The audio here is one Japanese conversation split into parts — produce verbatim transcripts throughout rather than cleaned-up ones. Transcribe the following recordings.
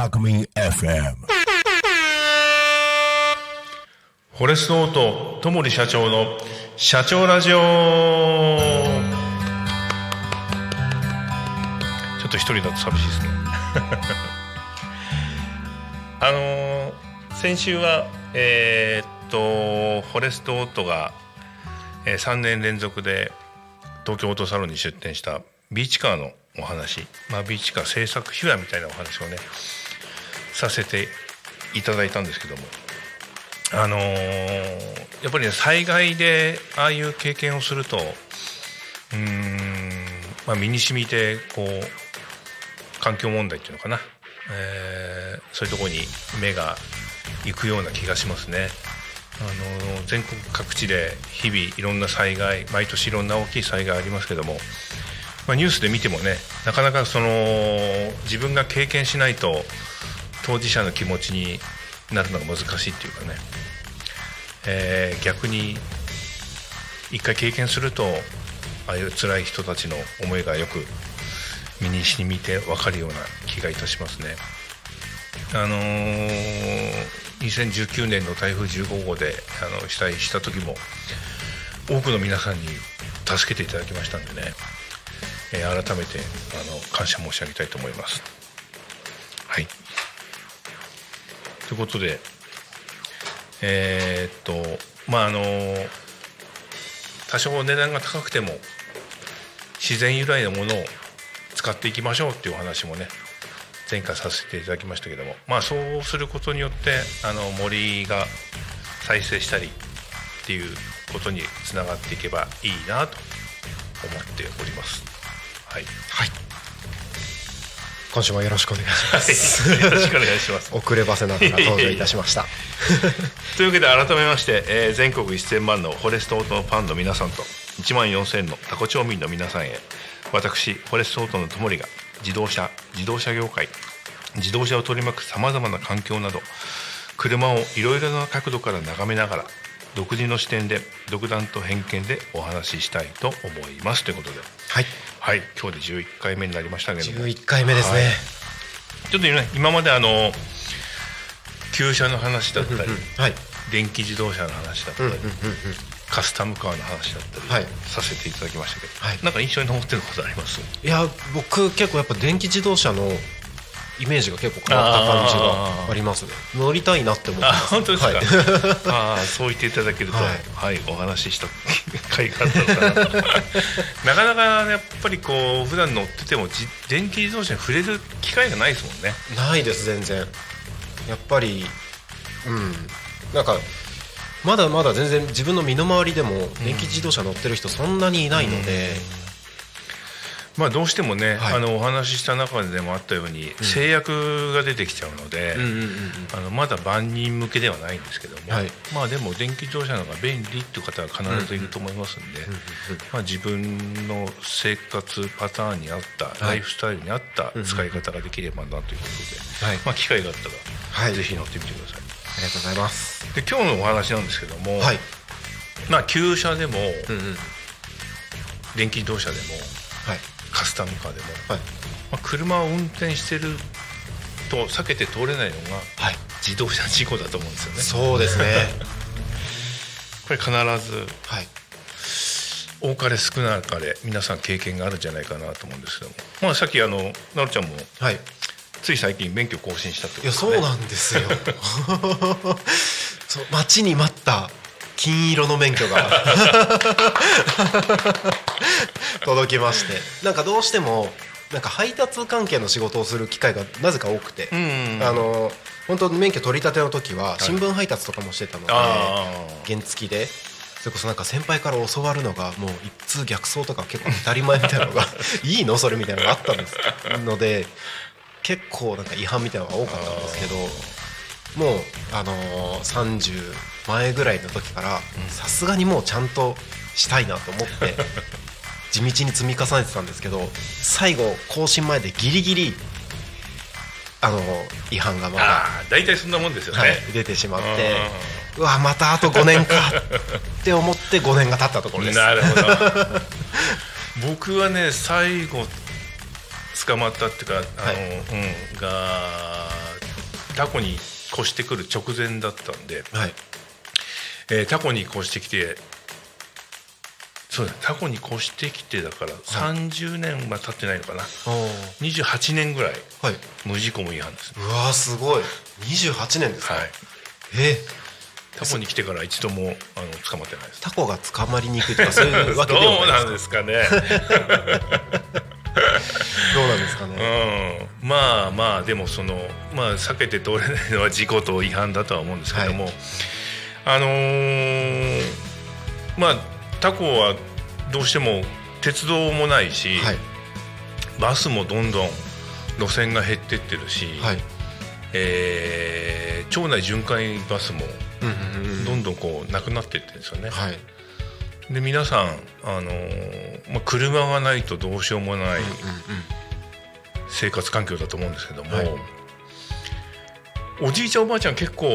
タクミン エフエムフォレストオート戸森社長の社長ラジオ。ちょっと一人だと寂しいですねあのー、先週はえー、っとフォレストオートが、えー、さんねん連続で東京オートサロンに出展したビーチカーのお話、まあ、ビーチカー制作秘話みたいなお話をねさせていただいたんですけども、あのー、やっぱりね災害でああいう経験をするとうーん、まあ、身に染みてこう環境問題っていうのかな、えー、そういうところに目が行くような気がしますね。あのー、全国各地で日々いろんな災害、毎年いろんな大きい災害ありますけども、まあ、ニュースで見てもねなかなかその自分が経験しないと当事者の気持ちになるのが難しいっていうかね、えー、逆に一回経験するとああいう辛い人たちの思いがよく身に染みて分かるような気がいたしますね。あのー、にせんじゅうきゅうねんの台風じゅうごごうであの被災した時も多くの皆さんに助けていただきましたんでね、えー、改めてあの感謝申し上げたいと思います。はい、ということでえー、っとまああの多少値段が高くても自然由来のものを使っていきましょうっていうお話もね前回させていただきましたけども、まあそうすることによってあの森が再生したりっていうことにつながっていけばいいなと思っております。はい、 はい、今週もよろしくお願いします、 はい、よろしくお願いします遅ればせながら登場いたしましたというわけで改めまして、えー、全国せんまんのフォレストオートのファンの皆さんといちまんよんせんのタコ町民の皆さんへ、私フォレストオートのともりが自動車自動車業界自動車を取り巻くさまざまな環境など車をいろいろな角度から眺めながら独自の視点で独断と偏見でお話ししたいと思いますということで、はいはい、今日でじゅういっかいめになりましたけども、 じゅういっかいめですね、はい、 ちょっとね今まであの旧車の話だったり、うんうん、はい、電気自動車の話だったり、うんうんうんうん、カスタムカーの話だったり、はい、させていただきましたけど、はい、なんか印象に残ってることあります？ いや僕結構やっぱ電気自動車のイメージが結構変わった感じがありますね。乗りたいなって思ってます。 本当ですか、はい、あそう言っていただけると、はいはい、お話しした回があったのかななかなかやっぱりこう普段乗ってても電気自動車に触れる機会がないですもんね。 ないです全然。やっぱりうんなんかまだまだ全然自分の身の回りでも電気自動車乗ってる人そんなにいないので、 うん、まあどうしてもね、はい、あのお話しした中でもあったように、うん、制約が出てきちゃうので、うんうんうんうん、あのまだ万人向けではないんですけども、はい、まあでも電気自動車の方が便利っていう方は必ずいると思いますんで、うんうんうん、まあ、自分の生活パターンに合った、はい、ライフスタイルに合った使い方ができればなということで、はい、まあ機会があったら、はい、ぜひ乗ってみてください。 ありがとうございます。 で今日のお話なんですけども、はい、まあ旧車でも、うんうん、電気自動車でも、はい、カスタムカーでも、はい、まあ、車を運転してると避けて通れないのが、はい、自動車事故だと思うんですよね。 そうですねこれ必ず、はい、多かれ少なかれ皆さん経験があるんじゃないかなと思うんですけども、まあ、さっきあのなるちゃんも、はい、つい最近免許更新したってことですね。 いやそうなんですよそう待ちに待った金色の免許が届きまして、なんかどうしてもなんか配達関係の仕事をする機会がなぜか多くて、うんうんうん、あの本当免許取り立ての時は新聞配達とかもしてたので、はい、原付でそれこそなんか先輩から教わるのがもう一通逆走とか結構当たり前みたいなのがいいのそれみたいなのがあったんですので結構なんか違反みたいなのが多かったんですけど、もうあのー、さんじゅう前ぐらいの時からさすがにもうちゃんとしたいなと思って地道に積み重ねてたんですけど、最後更新前でギリギリあの違反がまた大体そんなもんですよね、 はい、出てしまって、うわまたあとごねんかって思ってごねんが経ったところです。 なるほど僕はね最後捕まったっていうかあの、 はい、 うん、がタコに越してくる直前だったんで、 はい、 えー、タコに越してきてそうだタコに越してきてだからさんじゅうねんは経ってないのかな、はい、にじゅうはちねんぐらい、はい、無事故無違反です、ね、 うわーすごいにじゅうはちねんですか、はい、えー、タコに来てから一度もあの捕まってないです。 タコが捕まりにくいとかそういうわけではないですか。 どうなんですかねどうなんですかね、 うん、まあまあでもその、まあ、避けて通れないのは事故と違反だとは思うんですけども、はい、あのー、まあタコはどうしても鉄道もないし、はい、バスもどんどん路線が減ってってるし、はい、えー、町内巡回バスもどんどんこうなくなっていってるんですよね、はい、で皆さん、あのーまあ、車がないとどうしようもない生活環境だと思うんですけども、はい、おじいちゃんおばあちゃん結構、うん、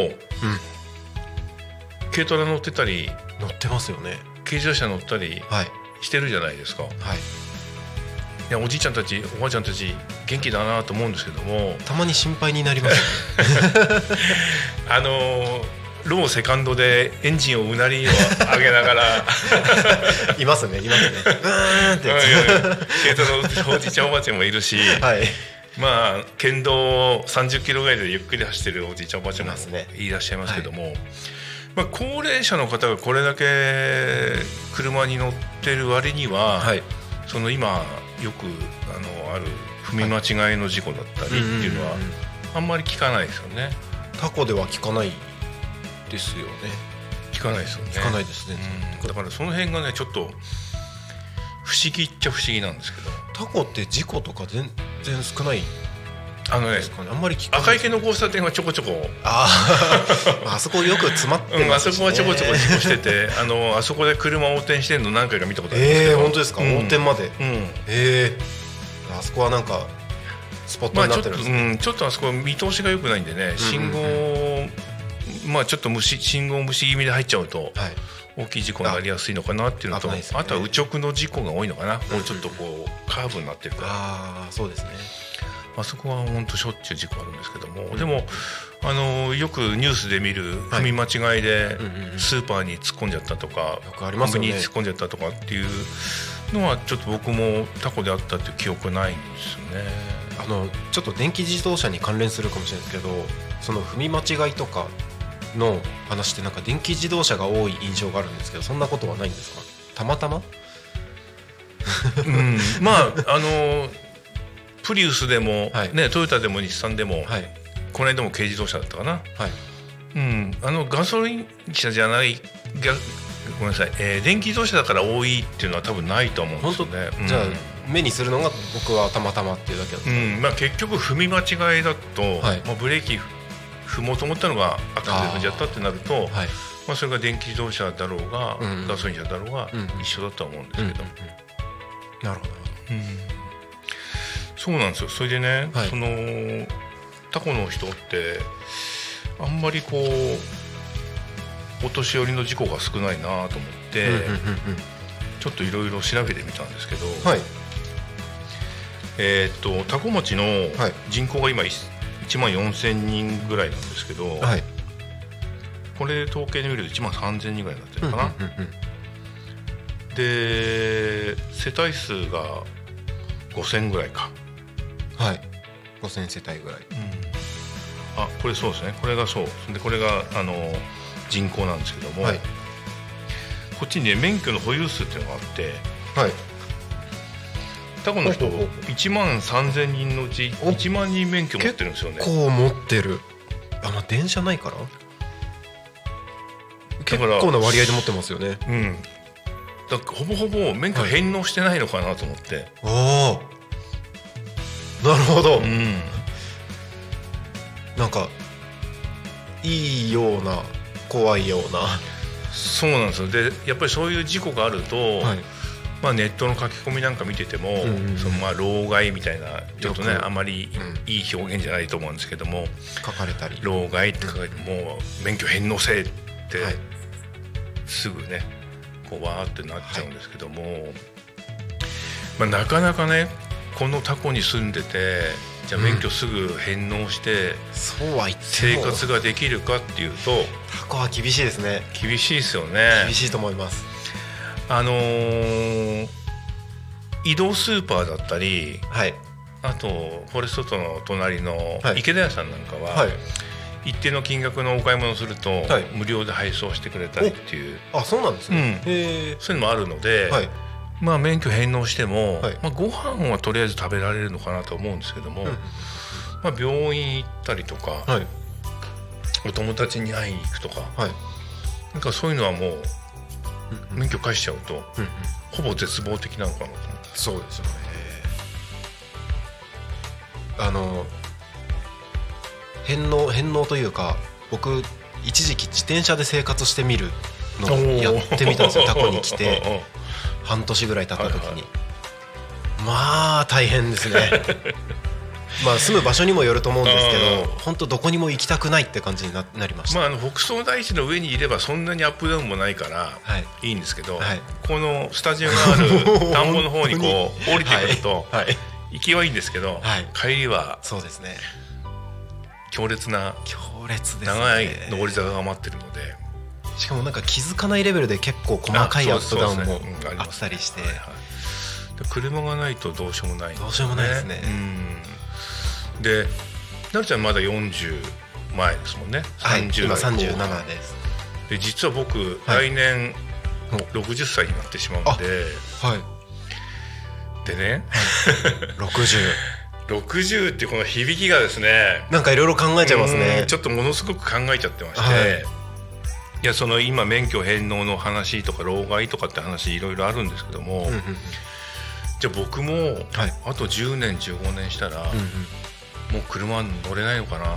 軽トラ乗ってたり乗ってますよね、 軽自動車乗ったりしてるじゃないですか、はい、いやおじいちゃんたちおばあちゃんたち元気だなと思うんですけども、 たまに心配になりますよねあのーローセカンドでエンジンをうなりを上げながらいますねいますねブーンって軽トラのおじいちゃんおばあちゃんもいるし、はい、まあ県道さんじゅっキロぐらいでゆっくり走ってるおじいちゃんおばあちゃんもいらっしゃいますけども、はい、まあ、高齢者の方がこれだけ車に乗ってる割には、はい、その今よくあのある踏み間違いの事故だったりっていうのはあんまり聞かないですよね。 タコでは聞かないですよね。 聞かないですよね。 聞かないですね、 うん、だからその辺がねちょっと不思議っちゃ不思議なんですけど、 タコって事故とか全然少ないあのね、 あんまり聞かない。 赤池の交差点はちょこちょこあ, あそこよく詰まってますね、うん、 あそこはちょこちょこ事故しててあのあそこで車横転してるの何回か見たことあるんですけど、 えー、本当ですか、うん、横転まで、うん、えー、あそこはなんかスポットになってるんですね、 まあ、ちょっと、うん、ちょっとあそこ見通しが良くないんでね、信号、うんうんうん、まあちょっと無視信号無視気味で入っちゃうと、はい、大きい事故になりやすいのかなっていうのと、 あ,、ね、あとは右直の事故が多いのかな、もうちょっとこうカーブになってるから、 ああそうですね、 あそこは本当しょっちゅう事故あるんですけども、うん、でもあのよくニュースで見る踏み間違いでスーパーに突っ込んじゃったとか、 よくありますよね、 コンビニに突っ込んじゃったとかっていうのはちょっと僕もタコであったっていう記憶ないんですよね。 あのちょっと電気自動車に関連するかもしれないですけど、その踏み間違いとかの話ってなんか電気自動車が多い印象があるんですけど、そんなことはないんですか？たまたまうん、まああのプリウスでも、はいね、トヨタでも日産でも、はい、この間も軽自動車だったかな、はい、うん、あのガソリン車じゃないごめんなさい、えー、電気自動車だから多いっていうのは多分ないと思うんですよね。 うん、じゃあ目にするのが僕はたまたまっていうだけだった、 うんまあ、結局踏み間違いだと、はい、まあ、ブレーキ踏もうと思ったのがアクセル踏んじゃったってなると、はい、まあ、それが電気自動車だろうが、うん、ガソリン車だろうが一緒だとは思うんですけど、うんうんうん、なるほど、うん、 そうなんですよ。それでね、はい、そのタコの人ってあんまりこうお年寄りの事故が少ないなと思って、うんうんうんうん、ちょっといろいろ調べてみたんですけど、はい、えー、っとタコ町の人口が今いちまんよんせんにんぐらいなんですけど、はい、これで統計で見るといちまんさんぜんにんぐらいになってるのかな、うんうんうんうん、で世帯数がごせんぐらいか、 はい、ごせん世帯ぐらい、うん、 あ、これそうですね、これがそうで、これがあの人口なんですけども、はい、こっちにね免許の保有数っていうのがあって、はい、タコの人いちまんさんぜんにんのうちいちまんにん免許持ってるんですよね。 結構持ってる。あ、まあ、電車ないから結構な割合で持ってますよね。 うん、だからほぼほぼ免許返納してないのかなと思って、 はい、ああなるほど、うん、なんかいいような怖いような。 そうなんですよ。でやっぱりそういう事故があると、はい、まあ、ネットの書き込みなんか見てても、うんうん、そのまあ老害みたいなちょっとねあまりいい表現じゃないと思うんですけども、 書かれたり老害って書かれて、もう免許返納せえって、はい、すぐねこうわーってなっちゃうんですけども、はい、まあ、なかなかねこのタコに住んでてじゃあ免許すぐ返納して、 うん、そうは言って生活ができるかっていうとタコは厳しいですね。 厳しいですよね。 厳しいと思います。 あのー、移動スーパーだったり、 はい、 あとフォレストとの隣の池田屋さんなんかは、はい、一定の金額のお買い物をすると、はい、無料で配送してくれたりっていう、 あ、そうなんですね、うん、へそういうのもあるので、はい、まあ、免許返納しても、はい、まあ、ご飯はとりあえず食べられるのかなと思うんですけども、うん、まあ、病院行ったりとか、はい、お友達に会いに行くとか、はい、なんかそういうのはもう、うん、免許返しちゃうと、うんうん、ほぼ絶望的なのかなと思って。 そうですよね。あの返納返納というか、僕一時期自転車で生活してみるのをやってみたんですよ。タコに来て半年ぐらい経った時に、はいはい、まあ大変ですねまあ住む場所にもよると思うんですけど、本当どこにも行きたくないって感じに な, なりました。 まあ、あの北総大地の上にいればそんなにアップダウンもないからいいんですけど、はい、このスタジオがある田んぼの方にこう降りてくると、はいはい、行きはいいんですけど、はい、帰りはそうですね、 強烈な強烈ですね、 長い上り坂が待ってるので、 しかもなんか気づかないレベルで結構細かいアップダウンもあったりして、 車がないとどうしようもない、ね、 どうしようもないですね。 うん、で、なるちゃんまだよんじゅうまえですもんね。 はい、今さんじゅうななです。 で、実は僕、はい、来年ろくじゅっさいになってしまうので、はい、でね、 ろくじゅうろくじゅうっていうこの響きがですね、 なんかいろいろ考えちゃいますね。 ちょっとものすごく考えちゃってまして、はい、いや、その今免許返納の話とか老害とかって話いろいろあるんですけども、うんうん、じゃあ僕も、はい、あとじゅうねんじゅうごねんしたら、うんうん、もう車乗れないのかなって、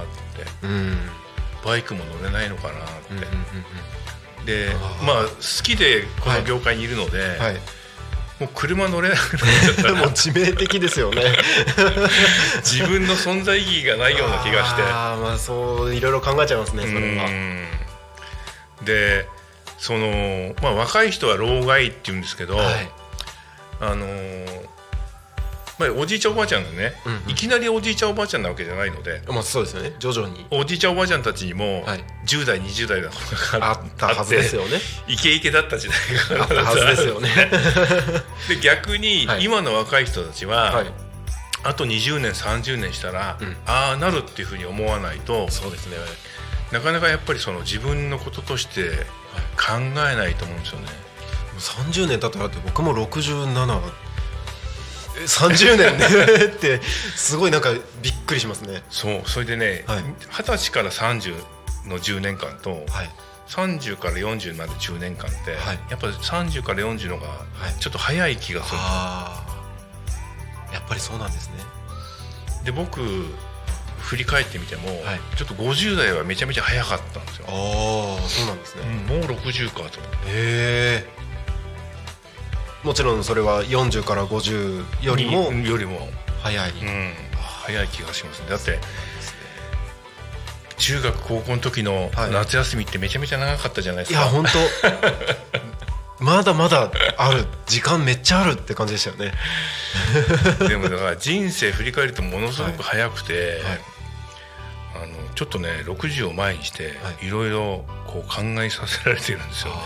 うん、バイクも乗れないのかなって、うんうんうん、で、まあ好きでこの業界にいるので、はいはい、もう車乗れなくなっちゃったらもう致命的ですよね自分の存在意義がないような気がして、 あ、まあ、そういろいろ考えちゃいますね、それは。 で、その、まあ、若い人は老害って言うんですけど、はい、あのーまあ、おじいちゃんおばあちゃんがね、うんうん、いきなりおじいちゃんおばあちゃんなわけじゃないので、 まあ、そうですよね、徐々におじいちゃんおばあちゃんたちにもじゅう代にじゅう代の頃が あ, あったはずですよね。 イケイケだった時代があったはずですよねで、逆に今の若い人たちは、はい、あとにじゅうねんさんじゅうねんしたら、うん、ああなるっていうふうに思わないと、 そうですね、 なかなかやっぱりその自分のこととして考えないと思うんですよね。 さんじゅうねん経ったらって僕もろくじゅうなな、さんじゅうねんでってすごいなんかびっくりしますね。 そう、それでね、はい、はたちからさんじゅうのじゅうねんかんと、はい、さんじゅうからよんじゅうまでじゅうねんかんって、はい、やっぱりさんじゅうからよんじゅうのがちょっと早い気がする、 はい、やっぱりそうなんですね。 で、僕振り返ってみても、はい、ちょっとごじゅう代はめちゃめちゃ早かったんですよ。 ああ、そうなんですね、 うん、もうろくじゅうかと思って。へえ。もちろんそれはよんじゅうからごじゅうよりもよりも早い、 うん、早い気がしますね。だって中学高校の時の夏休みってめちゃめちゃ長かったじゃないですか。 いや本当まだまだある、時間めっちゃあるって感じでしたよねでもだから人生振り返るとものすごく早くて、はいはい、あのちょっとねろくじゅうを前にしていろいろこう考えさせられてるんですよね。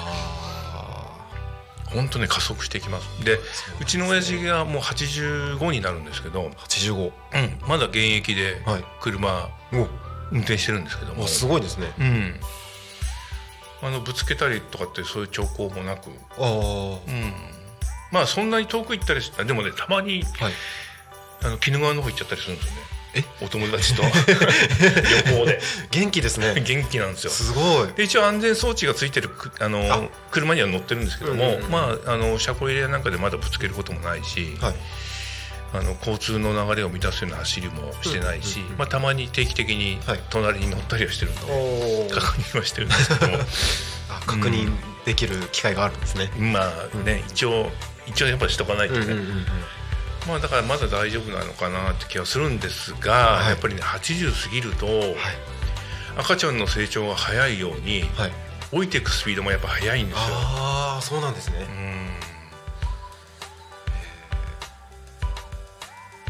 本当に加速していきます。で、うちの親父がもうはちじゅうごになるんですけど、 はちじゅうご、 うん、まだ現役で車運転してるんですけども、 はい、すごいですね、 うん、あのぶつけたりとかってそういう兆候もなく、あ、うん、まあそんなに遠く行ったりして、でもね、たまに、はい、あの鬼怒川の方行っちゃったりするんですよね。え、お友達と旅行で元気ですね。 元気なんですよ。 すごい。 で、一応安全装置がついてるあのあ車には乗ってるんですけども、うんうんうん、まあ、あの車庫入れなんかでまだぶつけることもないし、はい、あの交通の流れを満たすような走りもしてないし、うんうんうん、まあ、たまに定期的に隣に乗ったりはしてるので、はい、確認はしてるんですけどもあ、確認できる機会があるんですね、 うん、まあね、うん、一応一応やっぱりしとかないとね、うんうんうんうん、まあ、だからまだ大丈夫なのかなって気がするんですが、はい、やっぱりねはちじゅう過ぎると、はい、赤ちゃんの成長が早いように、はい、老いていくスピードもやっぱ速いんですよ。 ああ、そうなんですね。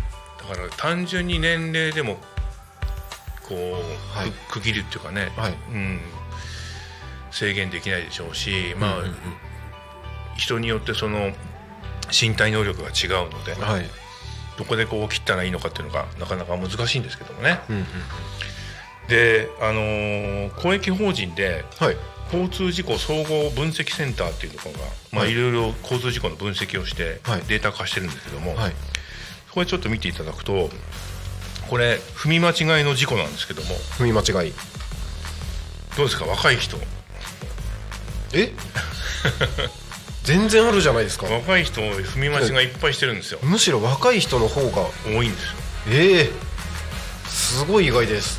だから単純に年齢でもこう、はい、区切るっていうかね、はい、うん、制限できないでしょうし、まあ、うんうんうん、人によってその身体能力が違うので、はい、どこでこう切ったらいいのかっていうのがなかなか難しいんですけどもね、うんうんうん、で、あのー、公益法人で、はい、交通事故総合分析センターっていうところが、まあ、いろいろ交通事故の分析をしてデータ化してるんですけども、はい、そこでちょっと見ていただくと、これ踏み間違いの事故なんですけども、 踏み間違いどうですか、若い人え全然あるじゃないですか。 若い人踏み間違いいっぱいしてるんですよ。 むしろ若い人の方が多いんですよ。 ええー、すごい意外です、 うん、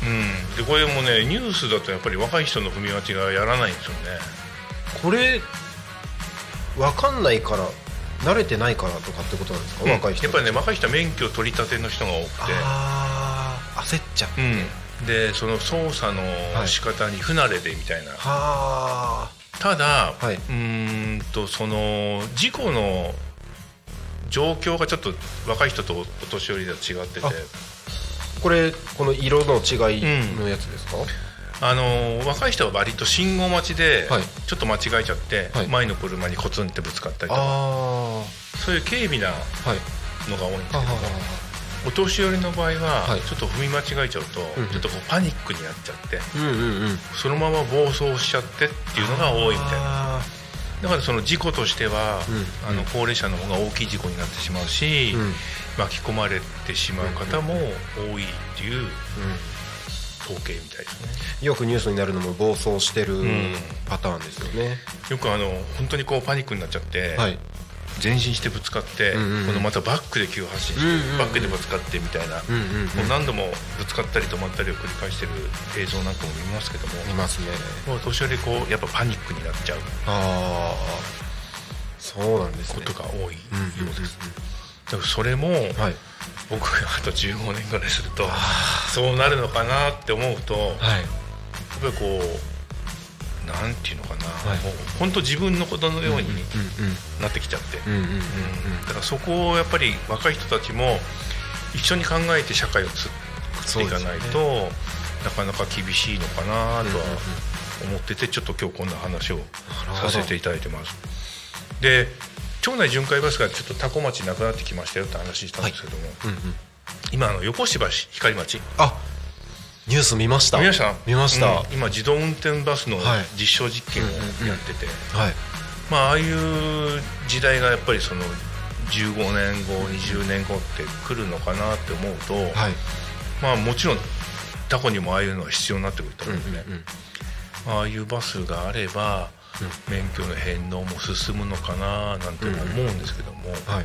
でこれもねニュースだとやっぱり若い人の踏み間違いはやらないんですよね。 これ分かんないから慣れてないからとかってことなんですか、うん、若い人やっぱりね若い人は免許取り立ての人が多くて、 ああ焦っちゃって、 うん、でその操作の仕方に不慣れでみたいな、 はただ、はい、うーんとその事故の状況がちょっと若い人とお年寄りでは違ってて、 これこの色の違いのやつですか、うん、 あの若い人は割と信号待ちでちょっと間違えちゃって、はい、前の車にコツンってぶつかったりとか、あそういう軽微なのが多いんですけども、お年寄りの場合はちょっと踏み間違えちゃうと、はい、ちょっとこうパニックになっちゃって、うんうんうん、そのまま暴走しちゃってっていうのが多いみたいな。だからその事故としては、うん、あの高齢者の方が大きい事故になってしまうし、うん、巻き込まれてしまう方も多いっていう統計みたいですね。 よくニュースになるのも暴走してるパターンですよね、 うん、よくあの本当にこうパニックになっちゃって、はい、前進してぶつかって、うんうん、このまたバックで急発進して、うんうん、バックでぶつかってみたいな、うんうんうん、もう何度もぶつかったり止まったりを繰り返してる映像なんかも見ますけども、 見ますね。 もう年寄りこうやっぱパニックになっちゃう、 あそうなんですね、 ことが多いようです、うんうんうん、だからそれも、はい、僕があとじゅうごねんぐらいするとそうなるのかなって思うと、はい、やっぱりこうなんていうのかな、はい、もう本当自分のことのようになってきちゃって、だからそこをやっぱり若い人たちも一緒に考えて社会を作っていかないと、ね、なかなか厳しいのかなとは思ってて、ちょっと今日こんな話をさせていただいてます。で町内巡回バスがちょっと多古町なくなってきましたよって話したんですけども、はい、うんうん、今あの横芝光町、 あニュース見ました見ました見ました、 うん、今自動運転バスの実証実験をやってて、はい、まあああいう時代がやっぱりそのじゅうごねんごにじゅうねんごって来るのかなって思うと、はい、まあもちろんタコにもああいうのは必要になってくると思うんで、うんうんうん、ああいうバスがあれば、うん、免許の返納も進むのかななんて思うんですけども、うんうん、はい、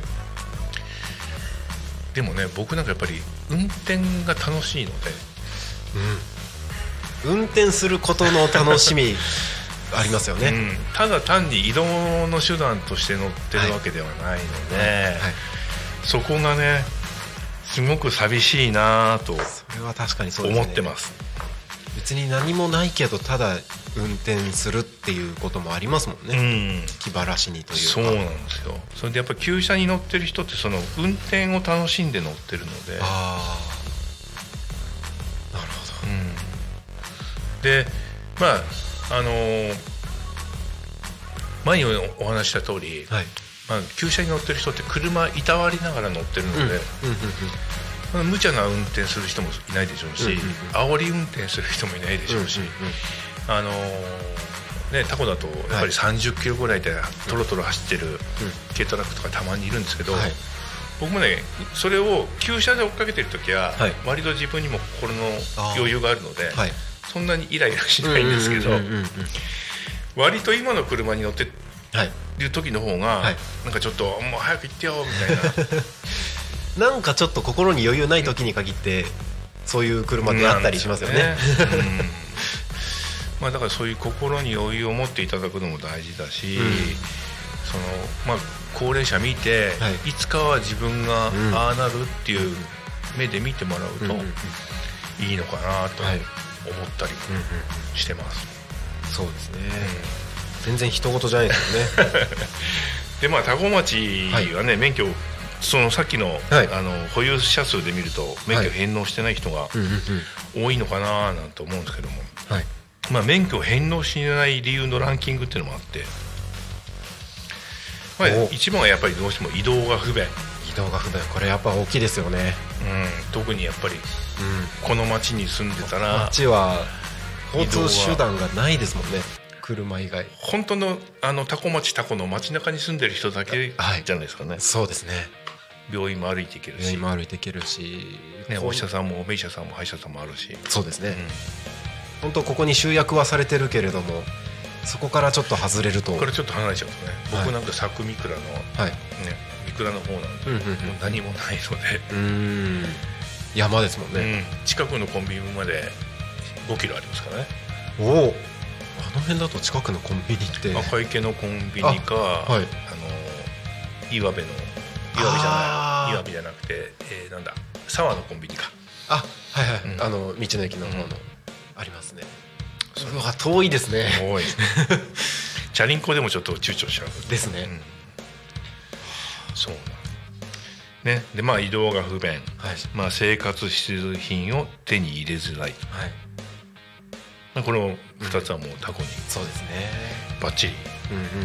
でもね僕なんかやっぱり運転が楽しいので、 うん、運転することの楽しみありますよね、うん、 ただ単に移動の手段として乗ってるわけではないので、はいはいはい、そこがねすごく寂しいなとそれは確かにそうですね、 思ってます。 別に何もないけどただ運転するっていうこともありますもんね、うん、気晴らしにというか。 そうなんですよ。それでやっぱり旧車に乗ってる人ってその運転を楽しんで乗ってるので、 ああなるほど、うん、 でまああのー、前にお話した通り、はい、まあ、旧車に乗ってる人って車いたわりながら乗ってるので、うんうんうんうん、無茶な運転する人もいないでしょうし、うんうんうん、煽り運転する人もいないでしょうし、うんうんうん、あのーね、タコだとやっぱりさんじゅっキロぐらいでトロトロ走ってる軽トラックとかたまにいるんですけど、はい、僕もねそれを旧車で追っかけてるときは、はい、割と自分にも心の余裕があるので、はい、そんなにイライラしないんですけど、割と今の車に乗ってる時の方が、はい、なんかちょっともう早く行ってよみたいななんかちょっと心に余裕ない時に限ってそういう車であったりしますよね、ね、うん、 まあ、だからそういう心に余裕を持っていただくのも大事だし、うん、そのまあ、高齢者見て、はい、いつかは自分がああなるっていう目で見てもらうといいのかなと思ったりもしてます、 うんうん、そうですね、うん、全然人事じゃないですよねでまあ多古町はね、はい、免許そのさっきの、はい、あの保有者数で見ると免許返納してない人が多いのかななんて思うんですけども、はい、まあ、免許を返納しない理由のランキングっていうのもあって、まあ、一番はやっぱりどうしても移動が不便。 移動が不便、これやっぱ大きいですよね、 うん、特にやっぱり、うん、この町に住んでたら町は交通手段がないですもんね、車以外。 本当のあのタコ町タコの街中に住んでる人だけじゃないですかね、 はい、そうですね。 病院も歩いていけるし、 病院も歩いていけるし、 ね、お医者さんもお医者さんも歯医者さんもあるし。 そうですね、うん、本当ここに集約はされてるけれども、そこからちょっと外れると、 これちょっと離れちゃうとね、僕なんか佐久三倉の、はいね、三倉の方なんで、うんうんうん、もう何もないので、うーん、山ですもんね、 うん、近くのコンビニまでごキロありますからね。 おお、あの辺だと近くのコンビニって赤池のコンビニか、あ、はい、あの岩部の岩部じゃない岩部じゃなくて、えー、なんだ沢のコンビニか。 あ、はいはい、うん、あの道の駅の方の、うん、ありますね。うわ、遠いですね。 遠いチャリンコでもちょっと躊躇しちゃうですね、うん、 そうなんね。で、まあ移動が不便、はい、まあ、生活必需品を手に入れづらい、はい、まあ、このふたつはもうタコに、うん、 そうですね、 バッチリ、うんうんうん、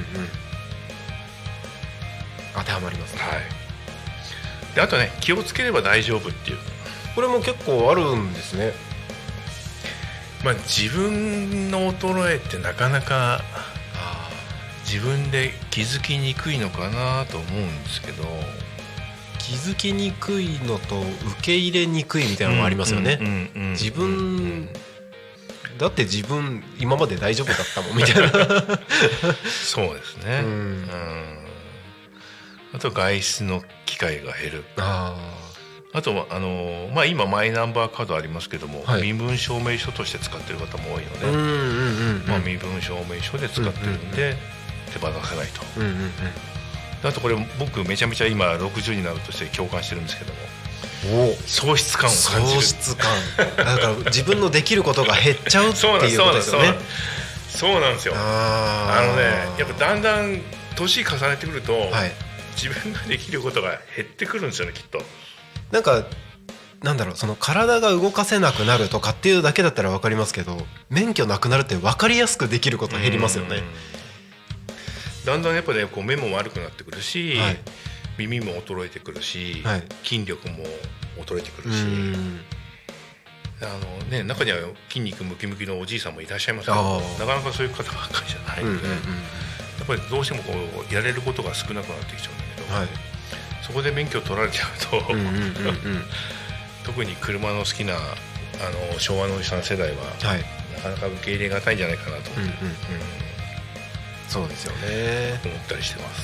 当てはまりますね、はい。 であとね、気をつければ大丈夫っていう、 これも結構あるんですね。 まあ、自分の衰えってなかなか自分で気づきにくいのかなと思うんですけど、 気づきにくいのと受け入れにくいみたいなのもありますよね。自分だって自分今まで大丈夫だったもんみたいなそうですね、うんうん、あと外出の機会が減る。ああとあの、まあ、今マイナンバーカードありますけども、はい、身分証明書として使ってる方も多いので、うんうんうんうん、まあ、身分証明書で使ってるんで、うんうんうん、手放せないと、うんうんうん、あとこれ僕めちゃめちゃ今ろくじゅうになるとして共感してるんですけども、お喪失感を感じる。 喪失感だから自分のできることが減っちゃうっていうことですよね。 そうなんですよ。あのね、やっぱだんだん年重ねてくると、はい、自分ができることが減ってくるんですよね、きっと。 なんかなんだろう、その体が動かせなくなるとかっていうだけだったら分かりますけど、免許なくなるって分かりやすくできること減りますよね。 だんだんやっぱね、こう目も悪くなってくるし、はい、耳も衰えてくるし、はい、筋力も衰えてくるし、あの、ね、中には筋肉ムキムキのおじいさんもいらっしゃいますけど、なかなかそういう方ばっかりじゃないので、うんうんうん、やっぱりどうしてもこうやれることが少なくなってきちゃうんだけど、はい、そこで免許取られちゃうと、うんうんうんうん、特に車の好きなあの昭和のおじさん世代は、はい、なかなか受け入れがたいんじゃないかなと、うんうんうん、 そうですよね、 思ったりしてます、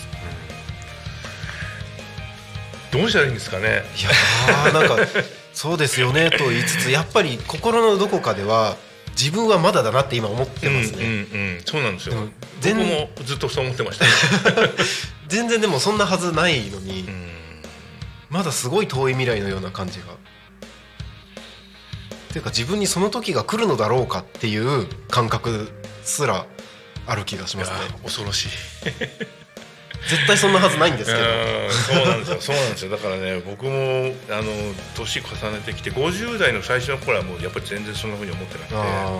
うん、どうしたらいいんですかね。 いやー、なんかそうですよねと言いつつ、やっぱり心のどこかでは自分はまだだなって今思ってますね、うんうんうん、 そうなんですよ。僕もずっとそう思ってました全然でもそんなはずないのに、うん、まだすごい遠い未来のような感じが、っていうか自分にその時が来るのだろうかっていう感覚すらある気がしますね。 恐ろしい絶対そんなはずないんですけどそうなんですよ、そうなんですよ。だからね、僕もあの年重ねてきてごじゅう代の最初の頃はもうやっぱり全然そんな風に思ってなくて、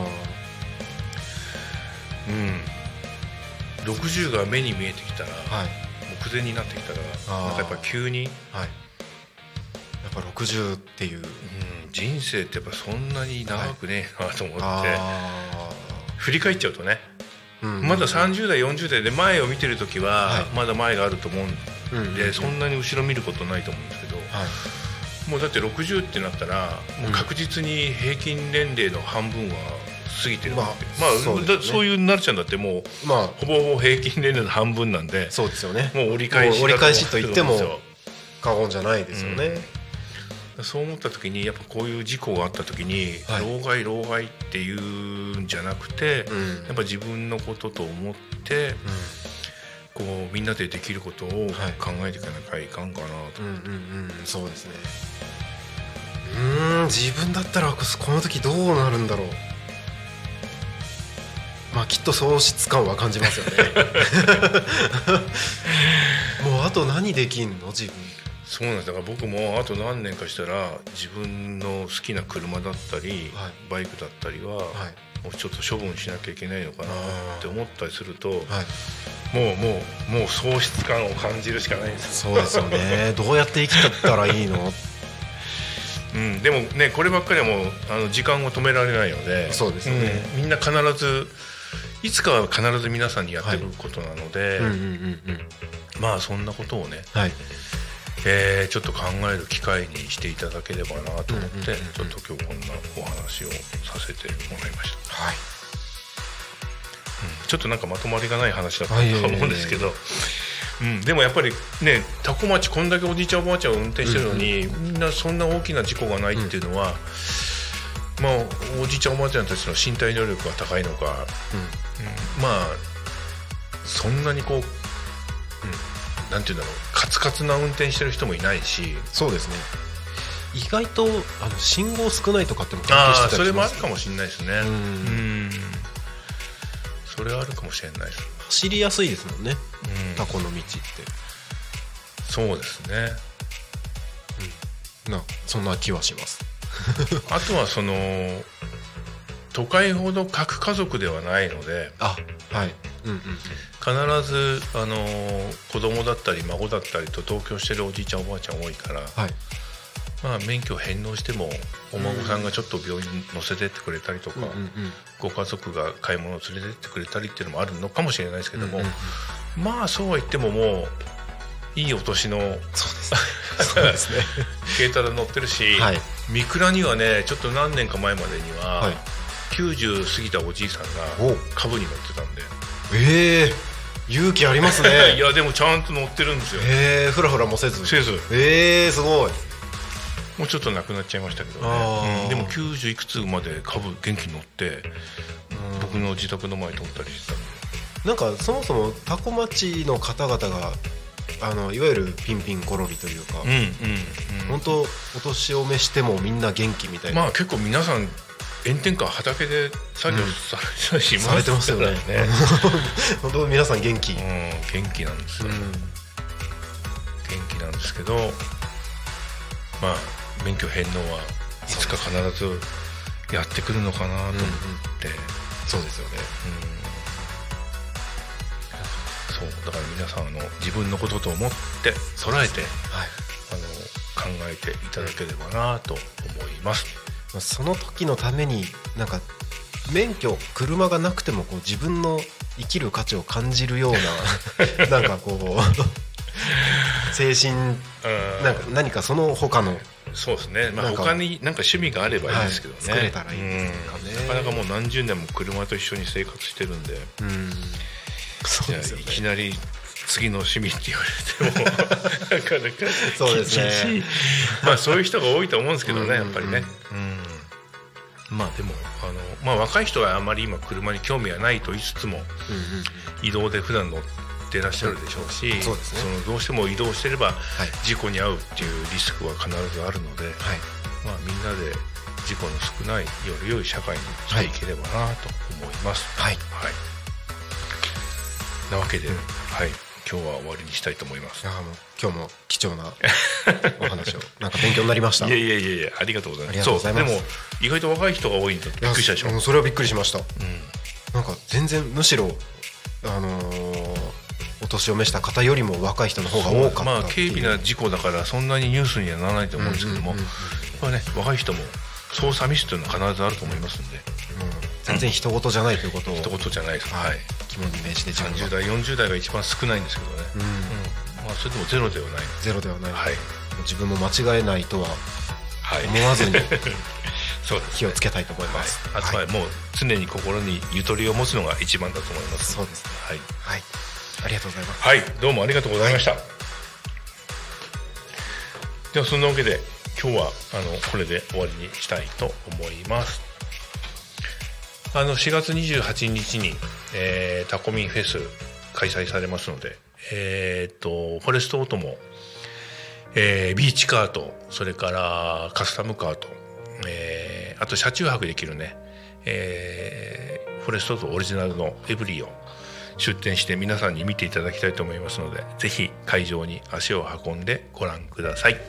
うん、ろくじゅうが目に見えてきたら、はい、目前になってきたら、なんかやっぱ急に、はい、 やっぱろくじゅうっていう、うん、 人生ってやっぱそんなに長くねえなと思って、はい、振り返っちゃうとね、うんうん、まださんじゅう代よんじゅう代で前を見てる時はまだ前があると思うんで、はい、そんなに後ろ見ることないと思うんですけど、はい、もうだってろくじゅうってなったらもう確実に平均年齢の半分は過ぎてるわけ、まあ、まあ、そうですね、そういうなるちゃんだってもう、まあ、ほぼほぼ平均年齢の半分なんで、 そうですよね、 もう折り返し折り返しと言っても過言じゃないですよね、 うん、そう思った時にやっぱこういう事故があった時に、はい、老害老害っていうんじゃなくて、うん、やっぱ自分のことと思って、うん、こうみんなでできることを考えていかなきゃいかんかなと、はい、うんうんうん、 そうですね。うーん、自分だったらこの時どうなるんだろう。まあきっと喪失感は感じますよねもうあと何できんの自分。 そうなんです。だから僕もあと何年かしたら自分の好きな車だったり、はい、バイクだったりは、はい、もうちょっと処分しなきゃいけないのかなって思ったりすると、はい、もうもうもう喪失感を感じるしかないんですよ。そうですよね。どうやって生きてったらいいのうん、でもねこればっかりはもうあの時間を止められないので、 そうですよね、 うん、みんな必ずいつかは必ず皆さんにやってくることなので、まあそんなことをね、はい、えー、ちょっと考える機会にしていただければなと思って、うんうんうんうん、ちょっと今日こんなお話をさせてもらいました、はい、うん、ちょっとなんかまとまりがない話だったと思うんですけど、うん、でもやっぱりね多古町こんだけおじいちゃんおばあちゃんを運転してるのに、うんうん、みんなそんな大きな事故がないっていうのは、うん、まあおじいちゃんおばあちゃんたちの身体能力が高いのか、うんうん、まあそんなにこう、うん、なんていうんだろうカツカツな運転してる人もいないし、 そうですね、意外とあの信号少ないとかっても関係してたりします、ね、あそれもあるかもしれないですね、うん、うん、それはあるかもしれないです。 走りやすいですもんね、うん、タコの道って。 そうですね、 うん、なそんな気はしますあとはその都会ほど核家族ではないので、 あ、はい、うんうんうん、 必ずあの子供だったり孫だったりと同居してるおじいちゃんおばあちゃん多いから、はい、まあ、免許を返納してもお孫さんがちょっと病院に乗せてってくれたりとか、うんうんうん、ご家族が買い物を連れてってくれたりっていうのもあるのかもしれないですけども、うんうんうん、まあそうは言ってももういいお年のそうですね軽トラ乗ってるし、はい、三倉にはねちょっと何年か前までには、はい、きゅうじゅう過ぎたおじいさんが株に乗ってたんで、 えー、勇気ありますねいやでもちゃんと乗ってるんですよ。 えー、フラフラもせずせず、 えー、すごい。 もうちょっとなくなっちゃいましたけどね、うん、でもきゅうじゅういくつまで株元気に乗って僕の自宅の前に通ったりしてたんで、 なんかそもそも多古町の方々があのいわゆるピンピンコロリというか、うんうんうん、本当お年を召してもみんな元気みたいな、 まあ結構皆さん炎天下畑で作業されたりします、 うん、されてますよね本当皆さん元気、うん、 元気なんですよ、うん、元気なんですけど、まあ免許返納はいつか必ずやってくるのかなと思って、うんうん、 そうですよね、 うん、そうだから皆さんあの自分のことと思って備えて、はい、あの考えていただければなと思います。 その時のためになんか免許車がなくてもこう自分の生きる価値を感じるようななんかこう精神なんか何かその他のそうですね、まあ、他に何か趣味があればいいですけどね、 はい、作れたらいいですかね、 うん、なかなかもう何十年も車と一緒に生活してるんで、うん、そうですよね、いきなり次の趣味って言われてもなかなかそうですねまあそういう人が多いと思うんですけどね、やっぱりね、うん、まあでもあの、まあ、若い人はあまり今車に興味はないと言いつつも、うんうん、移動で普段乗ってらっしゃるでしょうし、うん、そうですね、そのどうしても移動してれば事故に遭うっていうリスクは必ずあるので、はい、まあ、みんなで事故の少ないより良い社会にしていければなと思います。はい、はい、なわけで、うん、はい、今日は終わりにしたいと思います。 いやもう今日も貴重なお話をなんか勉強になりました。 いやいやいやいや、ありがとうございます。そうでも意外と若い人が多いんだってびっくりしたでしょ。 もうそれはびっくりしました、うん、なんか全然むしろあのー、お年を召した方よりも若い人の方が多かった。 まあ軽微な事故だからそんなにニュースにはならないと思うんですけども、うんうんうんうん、これね、若い人も操作ミスというのは必ずあると思いますんで、 うん、全然人事じゃないということを人事じゃないです、はい、 肝に銘じてさんじゅう代よんじゅう代が一番少ないんですけどね、うんうん、まあ、それでもゼロではないゼロではない、はい、自分も間違えないとは思わずに、はい、そうですね、気をつけたいと思います、 はい、あとはもう常に心にゆとりを持つのが一番だと思います。 そうですね、はい、はい、ありがとうございます。 はい、どうもありがとうございました、はい、ではそんなわけで今日はあのこれで終わりにしたいと思います。あのしがつにじゅうはちにちに、えー、タコミンフェス開催されますので、えー、っとフォレストオートも、えー、ビーチカート、それからカスタムカート、えー、あと車中泊できるね、えー、フォレストオートオリジナルのエブリィを出展して皆さんに見ていただきたいと思いますので、ぜひ会場に足を運んでご覧ください。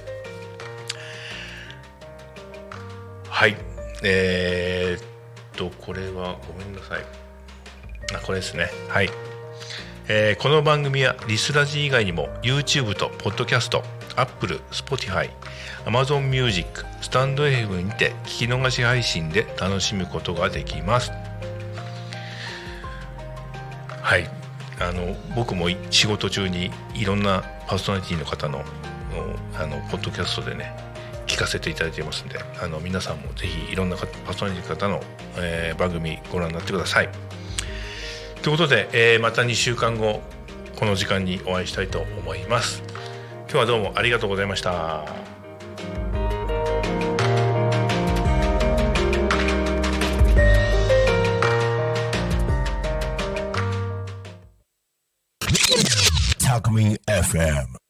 はい、えー、っとこれはごめんなさい、あこれですね。はい、えー、この番組はリスラジ以外にも YouTube と Podcast、Apple、Spotify、Amazon Music、スタンド エフエム にて聞き逃し配信で楽しむことができます。はい、あの僕も仕事中にいろんなパーソナリティの方のあのポッドキャストでね聞かせていただいていますので、あの皆さんもぜひいろんなパーソナリティの方の、えー、番組ご覧になってください。ということで、えー、またにしゅうかんごこの時間にお会いしたいと思います。今日はどうもありがとうございました。 タクミン エフエム